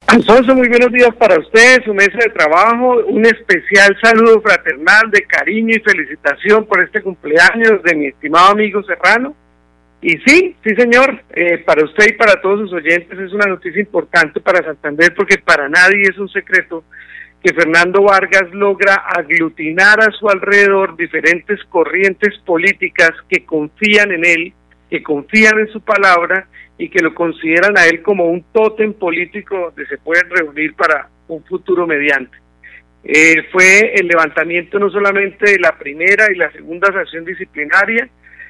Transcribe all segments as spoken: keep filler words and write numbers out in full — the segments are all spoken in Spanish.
Alfonso, muy buenos días para usted, su mesa de trabajo, un especial saludo fraternal de cariño y felicitación por este cumpleaños de mi estimado amigo Serrano. Y sí, sí señor, eh, para usted y para todos sus oyentes es una noticia importante para Santander, porque para nadie es un secreto que Fernando Vargas logra aglutinar a su alrededor diferentes corrientes políticas que confían en él, que confían en su palabra y que lo consideran a él como un tótem político donde se pueden reunir para un futuro mediante. Eh, fue el levantamiento no solamente de la primera y la segunda sanción disciplinaria,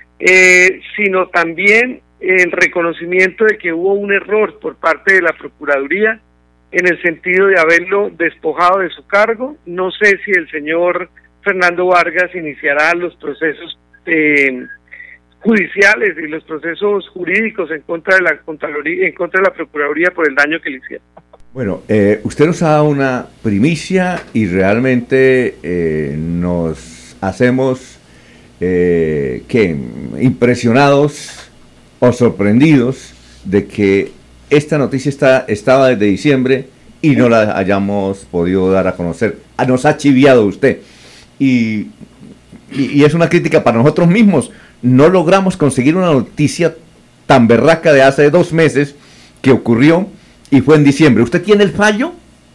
eh, sino también el reconocimiento de que hubo un error por parte de la Procuraduría en el sentido de haberlo despojado de su cargo. No sé si el señor Fernando Vargas iniciará los procesos eh, judiciales y los procesos jurídicos en contra de la Contraloría, en contra de la Procuraduría por el daño que le hicieron. Bueno, eh, usted nos ha dado una primicia y realmente eh, nos hacemos eh, ¿qué? impresionados o sorprendidos de que esta noticia está, estaba desde diciembre y no la hayamos podido dar a conocer. Nos ha chiviado usted y, y, y es una crítica para nosotros mismos. No logramos conseguir una noticia tan berraca de hace dos meses que ocurrió y fue en diciembre. ¿Usted tiene el fallo?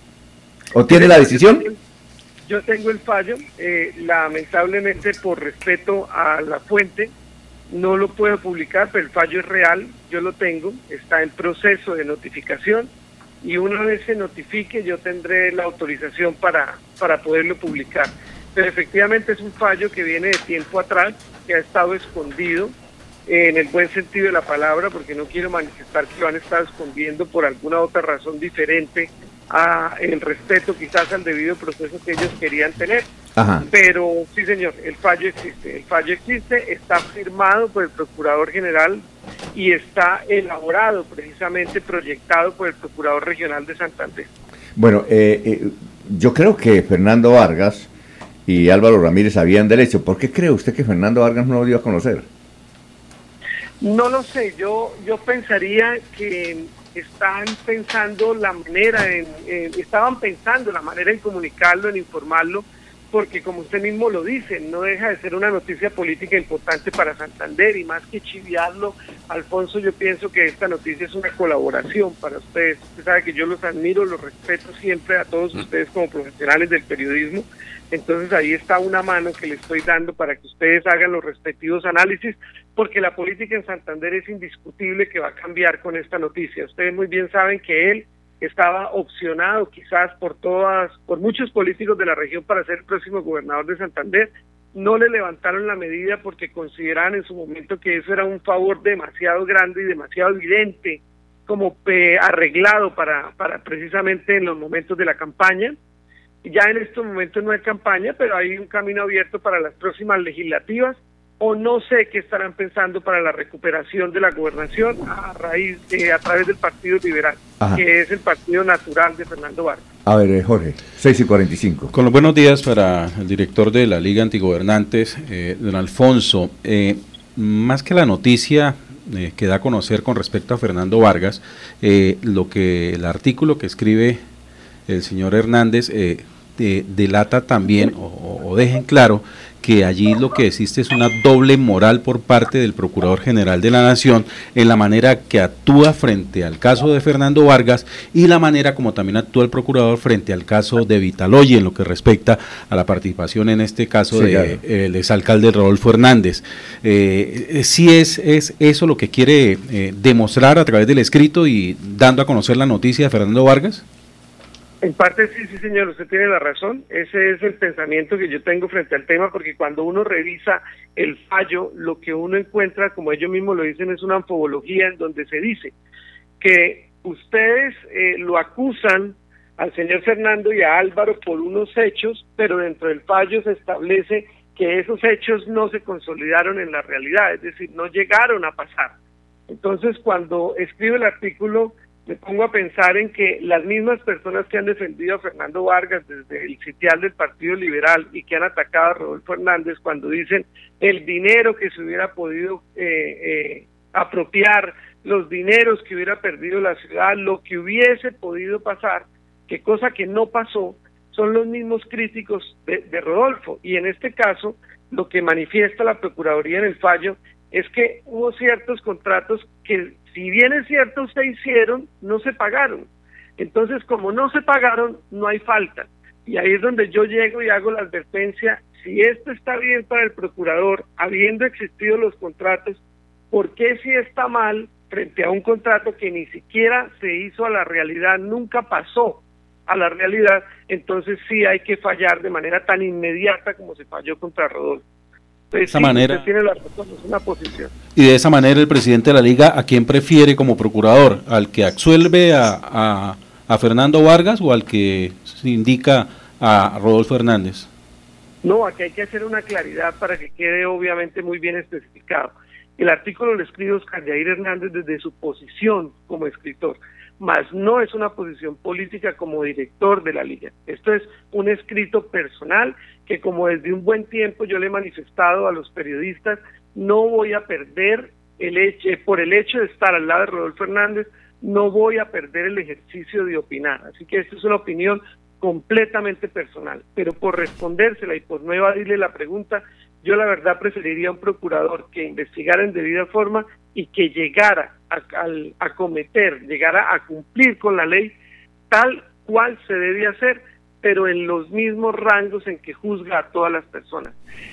¿O tiene la decisión? Yo tengo el fallo, eh, lamentablemente por respeto a la fuente no lo puedo publicar, pero el fallo es real, yo lo tengo, está en proceso de notificación y una vez se notifique yo tendré la autorización para, para poderlo publicar. Pero efectivamente es un fallo que viene de tiempo atrás, que ha estado escondido, eh, en el buen sentido de la palabra, porque no quiero manifestar que lo han estado escondiendo por alguna otra razón diferente a el respeto quizás al debido proceso que ellos querían tener. Ajá. Pero sí señor, el fallo existe, el fallo existe, está firmado por el Procurador General y está elaborado, precisamente proyectado por el Procurador Regional de Santander. Bueno, eh, eh, yo creo que Fernando Vargas y Álvaro Ramírez habían derecho. ¿Por qué cree usted que Fernando Vargas no lo dio a conocer? No lo sé, yo yo pensaría que están pensando la manera, en, en estaban pensando la manera en comunicarlo, en informarlo, porque como usted mismo lo dice, no deja de ser una noticia política importante para Santander y más que chiviarlo, Alfonso, yo pienso que esta noticia es una colaboración para ustedes. Usted sabe que yo los admiro, los respeto siempre a todos ustedes como profesionales del periodismo. Entonces ahí está una mano que le estoy dando para que ustedes hagan los respectivos análisis, porque la política en Santander es indiscutible que va a cambiar con esta noticia. Ustedes muy bien saben que él estaba opcionado quizás por todas, por muchos políticos de la región para ser el próximo gobernador de Santander. No le levantaron la medida porque consideraban en su momento que eso era un favor demasiado grande y demasiado evidente, como eh, arreglado para, para precisamente en los momentos de la campaña. Ya en estos momentos no hay campaña, pero hay un camino abierto para las próximas legislativas, o no sé qué estarán pensando para la recuperación de la gobernación a raíz eh, a través del Partido Liberal. Ajá. Que es el partido natural de Fernando Vargas. A ver, Jorge, seis y cuarenta y cinco. Con los buenos días para el director de la Liga Antigobernantes, eh, don Alfonso. Eh, más que la noticia eh, que da a conocer con respecto a Fernando Vargas, eh, lo que el artículo que escribe el señor Hernández eh, de, delata también o, o dejen claro que allí lo que existe es una doble moral por parte del Procurador General de la Nación en la manera que actúa frente al caso de Fernando Vargas y la manera como también actúa el Procurador frente al caso de Vitalogy en lo que respecta a la participación en este caso sí, de claro. el exalcalde Rodolfo Hernández. Eh, sí es, es eso lo que quiere eh, demostrar a través del escrito y dando a conocer la noticia de Fernando Vargas. En parte sí, sí señor, usted tiene la razón, ese es el pensamiento que yo tengo frente al tema, porque cuando uno revisa el fallo, lo que uno encuentra, como ellos mismos lo dicen, es una anfogología en donde se dice que ustedes eh, lo acusan al señor Fernando y a Álvaro por unos hechos, pero dentro del fallo se establece que esos hechos no se consolidaron en la realidad, es decir, no llegaron a pasar. Entonces, cuando escribe el artículo, me pongo a pensar en que las mismas personas que han defendido a Fernando Vargas desde el sitial del Partido Liberal y que han atacado a Rodolfo Hernández cuando dicen el dinero que se hubiera podido eh, eh, apropiar los dineros que hubiera perdido la ciudad, lo que hubiese podido pasar, que cosa que no pasó, son los mismos críticos de, de Rodolfo. Y en este caso, lo que manifiesta la Procuraduría en el fallo es que hubo ciertos contratos que, si bien es cierto, se hicieron, no se pagaron. Entonces, como no se pagaron, no hay falta. Y ahí es donde yo llego y hago la advertencia: si esto está bien para el procurador, habiendo existido los contratos, ¿por qué si está mal frente a un contrato que ni siquiera se hizo a la realidad, nunca pasó a la realidad? Entonces sí hay que fallar de manera tan inmediata como se falló contra Rodolfo. Entonces, de esa sí, manera, usted tiene la razón, es una posición. Y de esa manera el presidente de la Liga, ¿a quién prefiere como procurador? ¿Al que absuelve a, a, a Fernando Vargas o al que se indica a Rodolfo Hernández? No, aquí hay que hacer una claridad para que quede obviamente muy bien especificado. El artículo lo escribe Oscar Yair Hernández desde su posición como escritor, mas no es una posición política como director de la Liga. Esto es un escrito personal que, como desde un buen tiempo yo le he manifestado a los periodistas, no voy a perder el hecho, por el hecho de estar al lado de Rodolfo Hernández, no voy a perder el ejercicio de opinar. Así que esta es una opinión completamente personal, pero por respondérsela y por no evadirle la pregunta, yo la verdad preferiría un procurador que investigara en debida forma y que llegara a, a, a cometer, llegara a cumplir con la ley tal cual se debe hacer, pero en los mismos rangos en que juzga a todas las personas.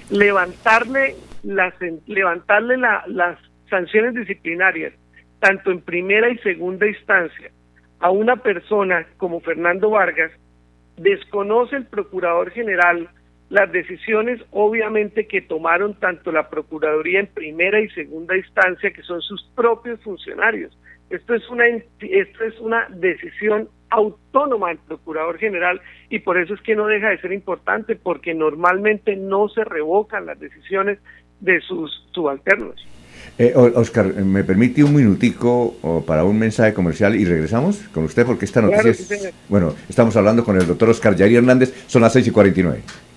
Levantarle las, levantarle la, las sanciones disciplinarias, tanto en primera y segunda instancia, a una persona como Fernando Vargas, desconoce el Procurador General las decisiones obviamente que tomaron tanto la Procuraduría en primera y segunda instancia, que son sus propios funcionarios. Esto es una esto es una decisión autónoma del Procurador General, y por eso es que no deja de ser importante, porque normalmente no se revocan las decisiones de sus subalternos. Eh, Oscar, ¿me permite un minutico oh, para un mensaje comercial y regresamos con usted? Porque esta noticia Claro, es... sí, Bueno, estamos hablando con el doctor Oscar Yair Hernández, son las seis y cuarenta y nueve.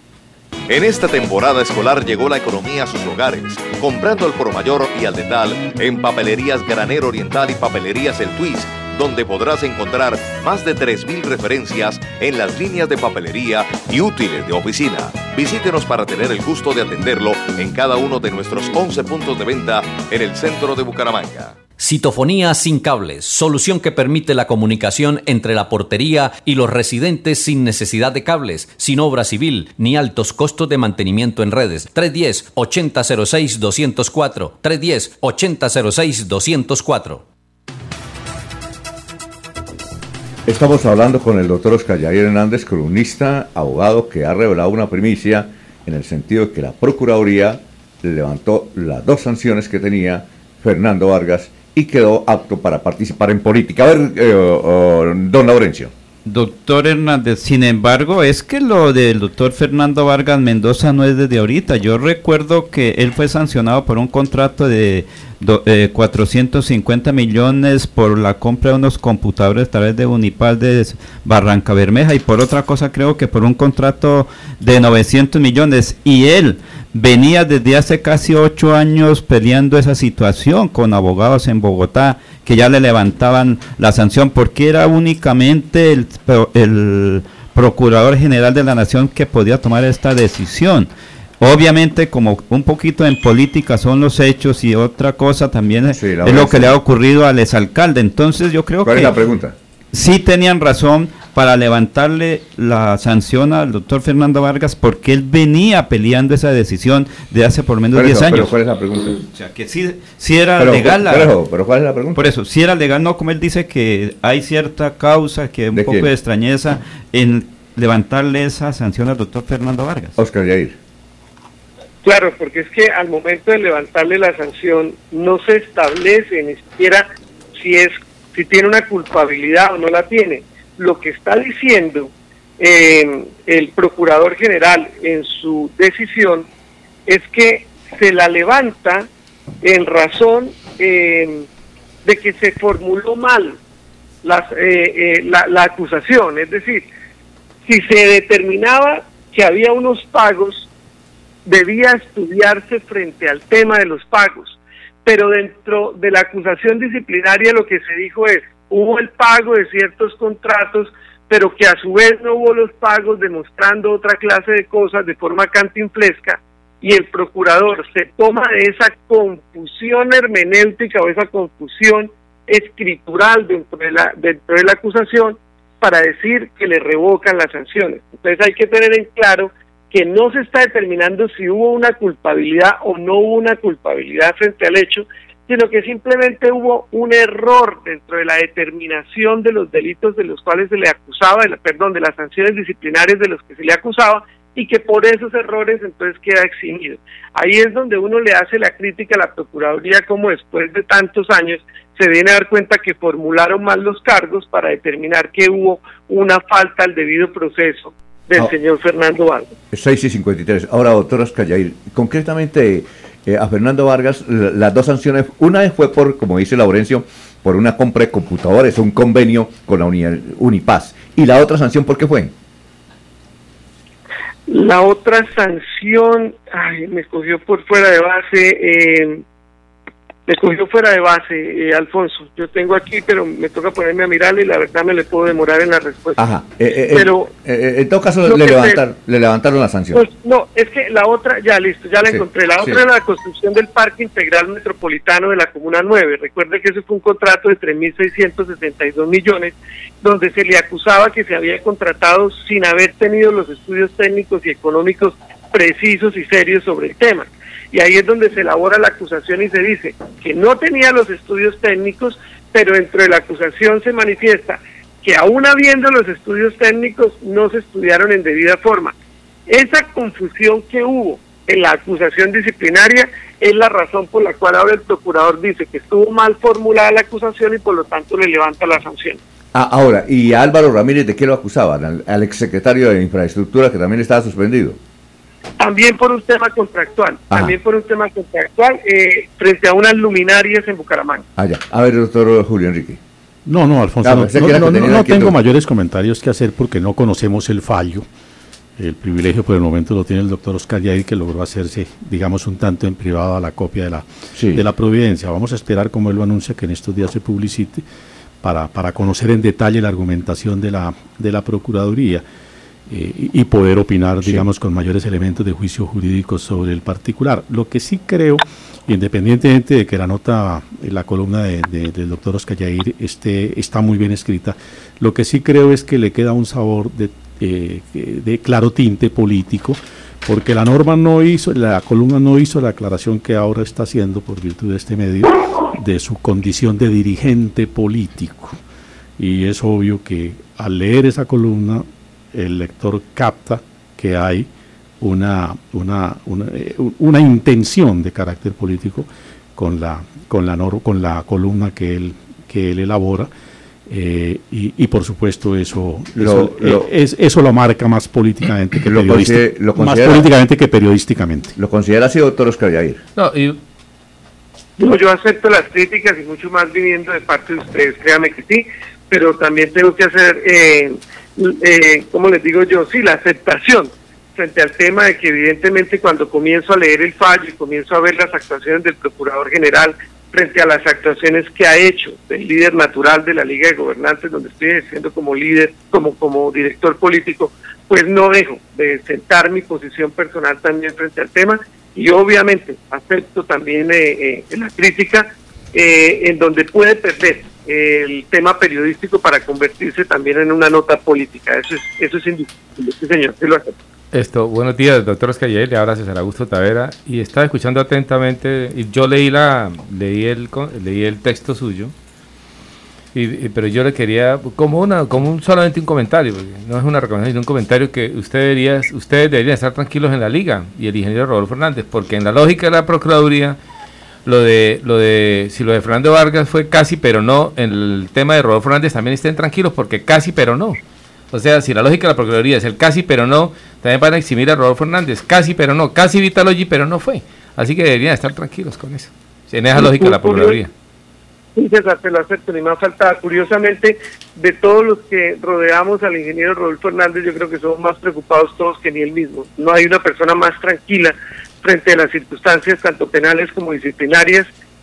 En esta temporada escolar llegó la economía a sus hogares, comprando al por mayor y al detal en Papelerías Granero Oriental y Papelerías El Twist, donde podrás encontrar más de tres mil referencias en las líneas de papelería y útiles de oficina. Visítenos para tener el gusto de atenderlo en cada uno de nuestros once puntos de venta en el centro de Bucaramanga. Citofonía sin cables, solución que permite la comunicación entre la portería y los residentes sin necesidad de cables, sin obra civil ni altos costos de mantenimiento en redes. tres uno cero, ocho cero cero seis, dos cero cuatro, tres uno cero, ocho cero cero seis, dos cero cuatro. Estamos hablando con el doctor Oscar Yair Hernández, columnista, abogado, que ha revelado una primicia en el sentido de que la Procuraduría levantó las dos sanciones que tenía Fernando Vargas y quedó apto para participar en política. A ver, eh, oh, don Laurencio. Doctor Hernández, sin embargo, es que lo del doctor Fernando Vargas Mendoza no es desde ahorita. Yo recuerdo que él fue sancionado por un contrato de do, eh, cuatrocientos cincuenta millones por la compra de unos computadores a través de Unipal de Barranca Bermeja, y por otra cosa creo que por un contrato de novecientos millones, y él venía desde hace casi ocho años peleando esa situación con abogados en Bogotá que ya le levantaban la sanción, porque era únicamente el, el Procurador General de la Nación que podía tomar esta decisión. Obviamente, como un poquito en política son los hechos, y otra cosa también sí, es lo que le ha ocurrido al exalcalde. Entonces yo creo ¿Cuál que es la pregunta? Sí tenían razón para levantarle la sanción al doctor Fernando Vargas, porque él venía peleando esa decisión de hace por menos de diez años. ¿Pero cuál es la pregunta? O sea, que sí, sí era pero, legal. La, pero, pero ¿cuál es la pregunta? Por eso, sí era legal, no como él dice que hay cierta causa, que un ¿De poco quién? de extrañeza en levantarle esa sanción al doctor Fernando Vargas. Oscar Yair. Claro, porque es que al momento de levantarle la sanción no se establece ni siquiera si es si tiene una culpabilidad o no la tiene. Lo que está diciendo eh, el Procurador General en su decisión es que se la levanta en razón eh, de que se formuló mal las, eh, eh, la, la acusación. Es decir, si se determinaba que había unos pagos, debía estudiarse frente al tema de los pagos. pero dentro de la acusación disciplinaria lo que se dijo es, hubo el pago de ciertos contratos, pero que a su vez no hubo los pagos, demostrando otra clase de cosas de forma cantinflesca, y el procurador se toma de esa confusión hermenéutica o esa confusión escritural dentro de la, dentro de la acusación para decir que le revocan las sanciones. Entonces hay que tener en claro que no se está determinando si hubo una culpabilidad o no hubo una culpabilidad frente al hecho, sino que simplemente hubo un error dentro de la determinación de los delitos de los cuales se le acusaba, de la, perdón, de las sanciones disciplinarias de los que se le acusaba, y que por esos errores entonces queda eximido. Ahí es donde uno le hace la crítica a la Procuraduría, como después de tantos años se viene a dar cuenta que formularon mal los cargos para determinar que hubo una falta al debido proceso del oh. señor Fernando Vargas. seis y cincuenta y tres. Ahora, doctor Oscallair, concretamente eh, a Fernando Vargas, las dos sanciones, una vez fue por, como dice Laurencio, por una compra de computadores, un convenio con la Uni, Unipaz, y la otra sanción, ¿por qué fue? La otra sanción, ay, me cogió por fuera de base, eh, me cogió fuera de base, eh, Alfonso. Yo tengo aquí, pero me toca ponerme a mirarle y la verdad me le puedo demorar en la respuesta. Ajá, eh, eh, pero eh, en todo caso le, levantar, le levantaron la sanción. Pues, no, es que la otra, ya listo, ya la sí, encontré. La otra sí. es la construcción del Parque Integral Metropolitano de la Comuna nueve. Recuerde que ese fue un contrato de tres mil seiscientos sesenta y dos millones, donde se le acusaba que se había contratado sin haber tenido los estudios técnicos y económicos precisos y serios sobre el tema. Y ahí es donde se elabora la acusación y se dice que no tenía los estudios técnicos, pero dentro de la acusación se manifiesta que aún habiendo los estudios técnicos no se estudiaron en debida forma. Esa confusión que hubo en la acusación disciplinaria es la razón por la cual ahora el procurador dice que estuvo mal formulada la acusación y por lo tanto le levanta la sanción. Ah, ahora, ¿y a Álvaro Ramírez de qué lo acusaban? Al, al exsecretario de Infraestructura, que también estaba suspendido. También por un tema contractual, Ajá. también por un tema contractual eh, frente a unas luminarias en Bucaramanga. Ah, ya. A ver, doctor Julio Enrique. No, no, Alfonso, ah, no, no, no, no tengo mayores comentarios que hacer porque no conocemos el fallo. El privilegio por el momento lo tiene el doctor Oscallair, que logró hacerse, digamos, un tanto en privado a la copia de la, sí. de la Providencia. Vamos a esperar, como él lo anuncia, que en estos días se publicite para, para conocer en detalle la argumentación de la, de la Procuraduría. Eh, y poder opinar, sí. digamos, con mayores elementos de juicio jurídico sobre el particular. Lo que sí creo, independientemente de que la nota, la columna de, de, del doctor Oscallair esté, está muy bien escrita, lo que sí creo es que le queda un sabor de, eh, de claro tinte político, porque la norma no hizo, la columna no hizo la aclaración que ahora está haciendo por virtud de este medio, de su condición de dirigente político. Y es obvio que al leer esa columna, el lector capta que hay una, una, una, una intención de carácter político con la, con la, nor, con la columna que él, que él elabora, eh, y, y por supuesto eso lo, eso, lo, es, eso lo marca más políticamente que, periodístic, lo más políticamente que periodísticamente. ¿Lo considera así, doctor Oscallair? No, y, no, yo acepto las críticas y mucho más viniendo de parte de ustedes, créame que sí, pero también tengo que hacer... Eh, Eh, como les digo yo, sí, la aceptación frente al tema de que evidentemente cuando comienzo a leer el fallo y comienzo a ver las actuaciones del Procurador General frente a las actuaciones que ha hecho del líder natural de la Liga de Gobernantes, donde estoy ejerciendo como líder, como, como director político, pues no dejo de sentar mi posición personal también frente al tema, y obviamente acepto también eh, eh, la crítica eh, en donde puede perder el tema periodístico para convertirse también en una nota política. Eso es eso es indiscutible, sí, señor, sí lo acepto. Esto, buenos días, doctor Oscallair, le habla César Augusto Tavera, y estaba escuchando atentamente, y yo leí la leí el leí el texto suyo, y, y, pero yo le quería, como una como un, solamente un comentario, porque no es una recomendación, sino un comentario, que usted debería, ustedes deberían estar tranquilos en la Liga, y el ingeniero Rodolfo Hernández, porque en la lógica de la Procuraduría, Lo de, lo de, si lo de Fernando Vargas fue casi pero no, en el tema de Rodolfo Hernández también estén tranquilos porque casi pero no. O sea, si la lógica de la Procuraduría es el casi pero no, también van a eximir a Rodolfo Hernández, casi pero no, casi Vitalogy pero no fue. Así que deberían estar tranquilos con eso. En esa lógica de la Procuraduría. Sí, César, te lo acepto, ni más faltaba. Curiosamente, de todos los que rodeamos al ingeniero Rodolfo Hernández, yo creo que somos más preocupados todos que ni él mismo. No hay una persona más tranquila frente a las circunstancias tanto penales como disciplinarias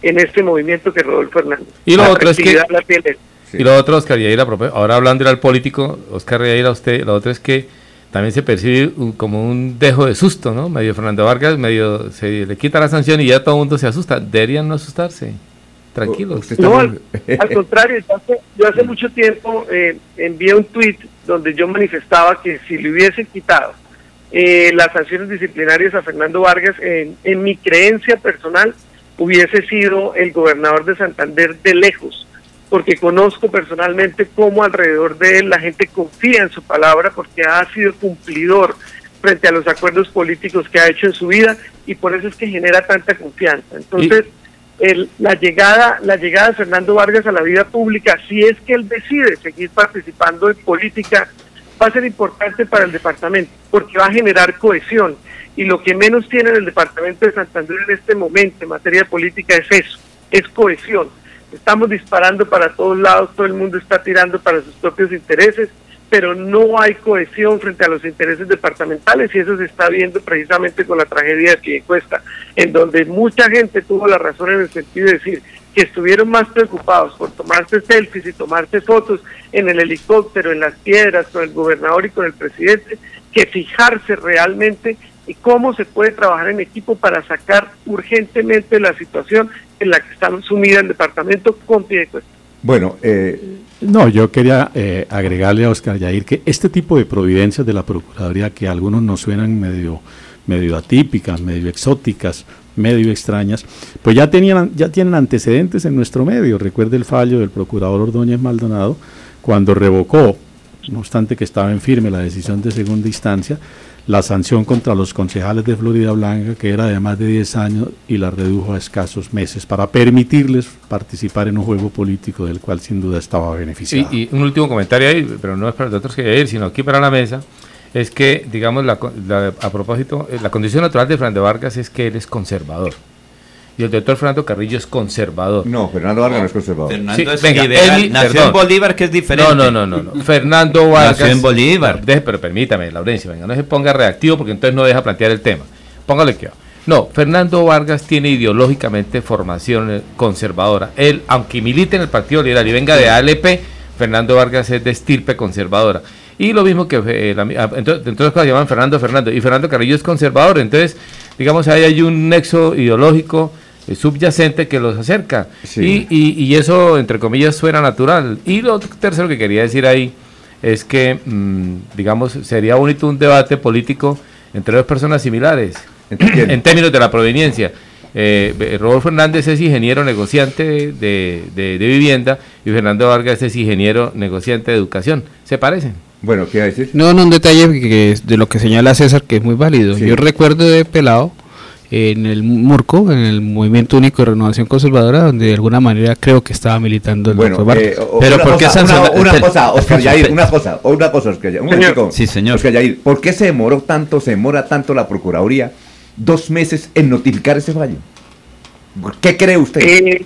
en este movimiento que Rodolfo Hernández. Y lo otro es que... La tiene. Sí. Y lo otro, Oscar Yair, ahora hablando al político, Oscar Yair, a usted, lo otro es que también se percibe un, como un dejo de susto, ¿no? Medio Fernando Vargas, medio se le quita la sanción y ya todo el mundo se asusta. Deberían no asustarse, tranquilos. No, al, al contrario, yo hace, yo hace mucho tiempo eh, envié un tuit donde yo manifestaba que si le hubiesen quitado eh, las sanciones disciplinarias a Fernando Vargas, en, en mi creencia personal, hubiese sido el gobernador de Santander de lejos, porque conozco personalmente cómo alrededor de él la gente confía en su palabra, porque ha sido cumplidor frente a los acuerdos políticos que ha hecho en su vida, y por eso es que genera tanta confianza. Entonces, el, la llegada la llegada de Fernando Vargas a la vida pública, si es que él decide seguir participando en política, va a ser importante para el departamento, porque va a generar cohesión, y lo que menos tiene en el departamento de Santander en este momento en materia política es eso, es cohesión. Estamos disparando para todos lados, todo el mundo está tirando para sus propios intereses, pero no hay cohesión frente a los intereses departamentales, y eso se está viendo precisamente con la tragedia de Piedecuesta, en donde mucha gente tuvo la razón en el sentido de decir que estuvieron más preocupados por tomarse selfies y tomarse fotos en el helicóptero, en las piedras, con el gobernador y con el presidente, que fijarse realmente y cómo se puede trabajar en equipo para sacar urgentemente la situación en la que está sumida el departamento con Piedecuesta. Bueno, eh, no, yo quería eh, agregarle a Oscar Yair que este tipo de providencias de la Procuraduría, que a algunos nos suenan medio, medio atípicas, medio exóticas, medio extrañas, pues ya tenían, ya tienen antecedentes en nuestro medio. Recuerde el fallo del procurador Ordóñez Maldonado, cuando revocó, no obstante que estaba en firme la decisión de segunda instancia, la sanción contra los concejales de Florida Blanca, que era de más de diez años, y la redujo a escasos meses para permitirles participar en un juego político del cual sin duda estaba beneficiado. Y, y un último comentario ahí, pero no es para los otros que ir, sino aquí para la mesa, es que, digamos, la, la, a propósito, la condición natural de Fernando Vargas es que él es conservador. Y el doctor Fernando Carrillo es conservador. No, Fernando Vargas no es conservador. Fernando sí, es venga, liberal. él, Nació perdón. en Bolívar, que es diferente. No, no, no, no. no. Fernando Vargas. Nació en Bolívar. Deje, pero permítame, Laurencio, venga, no se ponga reactivo porque entonces no deja plantear el tema. Póngale que no, Fernando Vargas tiene ideológicamente formación conservadora. Él, aunque milite en el Partido Liberal y venga de A L P, Fernando Vargas es de estirpe conservadora. Y lo mismo que, eh, la, entonces, entonces cuando llaman Fernando, Fernando, y Fernando Carrillo es conservador, entonces, digamos, ahí hay un nexo ideológico eh, subyacente que los acerca, sí. y, y, y eso, entre comillas, suena natural. Y lo tercero que quería decir ahí es que, mmm, digamos, sería bonito un debate político entre dos personas similares, en términos de la proveniencia. Eh, Rodolfo Hernández es ingeniero negociante de, de, de vivienda, y Fernando Vargas es ingeniero negociante de educación. ¿Se parecen? Bueno, ¿qué iba a decir? No, no, un detalle que es de lo que señala César, que es muy válido. Sí. Yo recuerdo de pelado en el Murco, en el Movimiento Único de Renovación Conservadora, donde de alguna manera creo que estaba militando el bueno, doctor Vargas. Eh, o, Pero una ¿por qué cosa, sanciona? Una, una cosa, Oscar Yair, una cosa, una cosa, Oscar Yair. Un momentico. Sí, señor. Oscar Yair, ¿por qué se demoró tanto, se demora tanto la Procuraduría dos meses en notificar ese fallo? ¿Qué cree usted? Eh,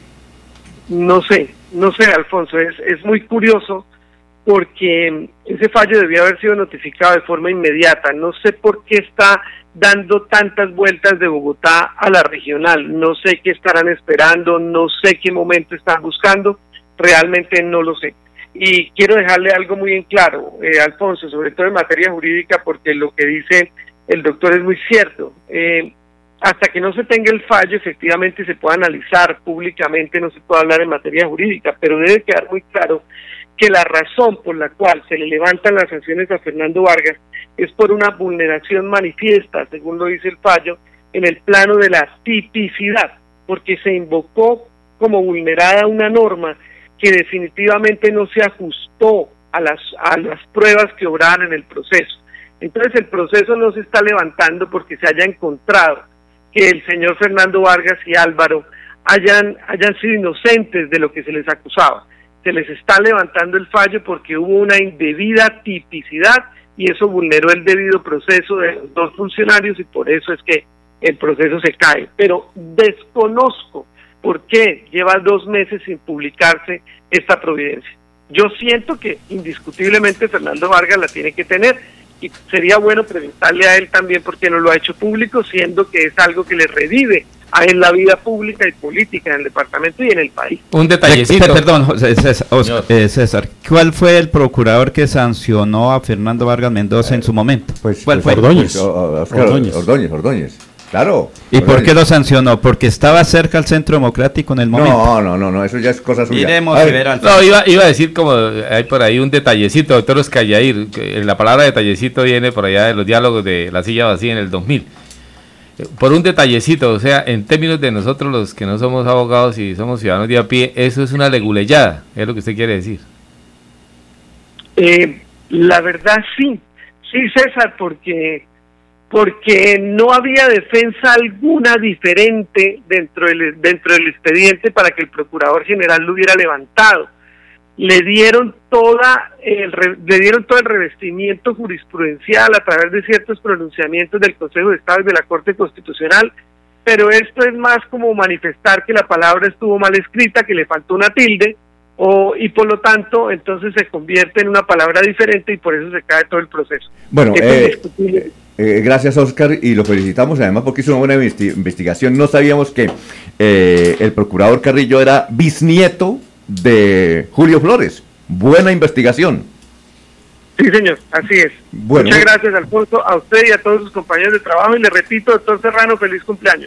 no sé, no sé, Alfonso, es, es muy curioso porque ese fallo debió haber sido notificado de forma inmediata. No sé por qué está dando tantas vueltas de Bogotá a la regional, no sé qué estarán esperando, no sé qué momento están buscando, realmente no lo sé. Y quiero dejarle algo muy en claro, eh, Alfonso, sobre todo en materia jurídica, porque lo que dice el doctor es muy cierto. Eh, hasta que no se tenga el fallo, efectivamente se pueda analizar públicamente, no se puede hablar en materia jurídica, pero debe quedar muy claro que la razón por la cual se le levantan las sanciones a Fernando Vargas es por una vulneración manifiesta, según lo dice el fallo, en el plano de la tipicidad, porque se invocó como vulnerada una norma que definitivamente no se ajustó a las, a las pruebas que obraban en el proceso. Entonces el proceso no se está levantando porque se haya encontrado que el señor Fernando Vargas y Álvaro hayan, hayan sido inocentes de lo que se les acusaba. Se les está levantando el fallo porque hubo una indebida tipicidad y eso vulneró el debido proceso de los dos funcionarios y por eso es que el proceso se cae. Pero desconozco por qué lleva dos meses sin publicarse esta providencia. Yo siento que indiscutiblemente Fernando Vargas la tiene que tener y sería bueno preguntarle a él también por qué no lo ha hecho público, siendo que es algo que le revive a él la vida pública y política en el departamento y en el país. Un detallecito. Perdón, César, eh, César, ¿cuál fue el procurador que sancionó a Fernando Vargas Mendoza en su momento? Pues, ¿Cuál pues, fue? Ordóñez. Pues, Oscar, Ordóñez. Ordóñez, Ordóñez. Claro. ¿Y Ordóñez. por qué lo sancionó? ¿Porque estaba cerca al Centro Democrático en el momento? No, no, no, no, eso ya es cosa suya. Iremos a ver al... No, iba, iba a decir como hay por ahí un detallecito, doctor Oscar Yair, que la palabra detallecito viene por allá de los diálogos de La Silla Vacía en el dos mil. Por un detallecito, o sea, en términos de nosotros los que no somos abogados y somos ciudadanos de a pie, eso es una leguleyada, es lo que usted quiere decir. Eh, la verdad sí, sí César, porque porque no había defensa alguna diferente dentro del, dentro del expediente para que el Procurador General lo hubiera levantado. Le dieron toda el, le dieron todo el revestimiento jurisprudencial a través de ciertos pronunciamientos del Consejo de Estado y de la Corte Constitucional, pero esto es más como manifestar que la palabra estuvo mal escrita, que le faltó una tilde, o, y por lo tanto entonces se convierte en una palabra diferente y por eso se cae todo el proceso. Bueno, eh, eh, gracias Oscar, y lo felicitamos además porque hizo una buena investi- investigación. No sabíamos que eh, el procurador Carrillo era bisnieto de Julio Flores. Buena investigación. Sí, señor, así es. Bueno. Muchas gracias, Alfonso, a usted y a todos sus compañeros de trabajo, y le repito, doctor Serrano, feliz cumpleaños.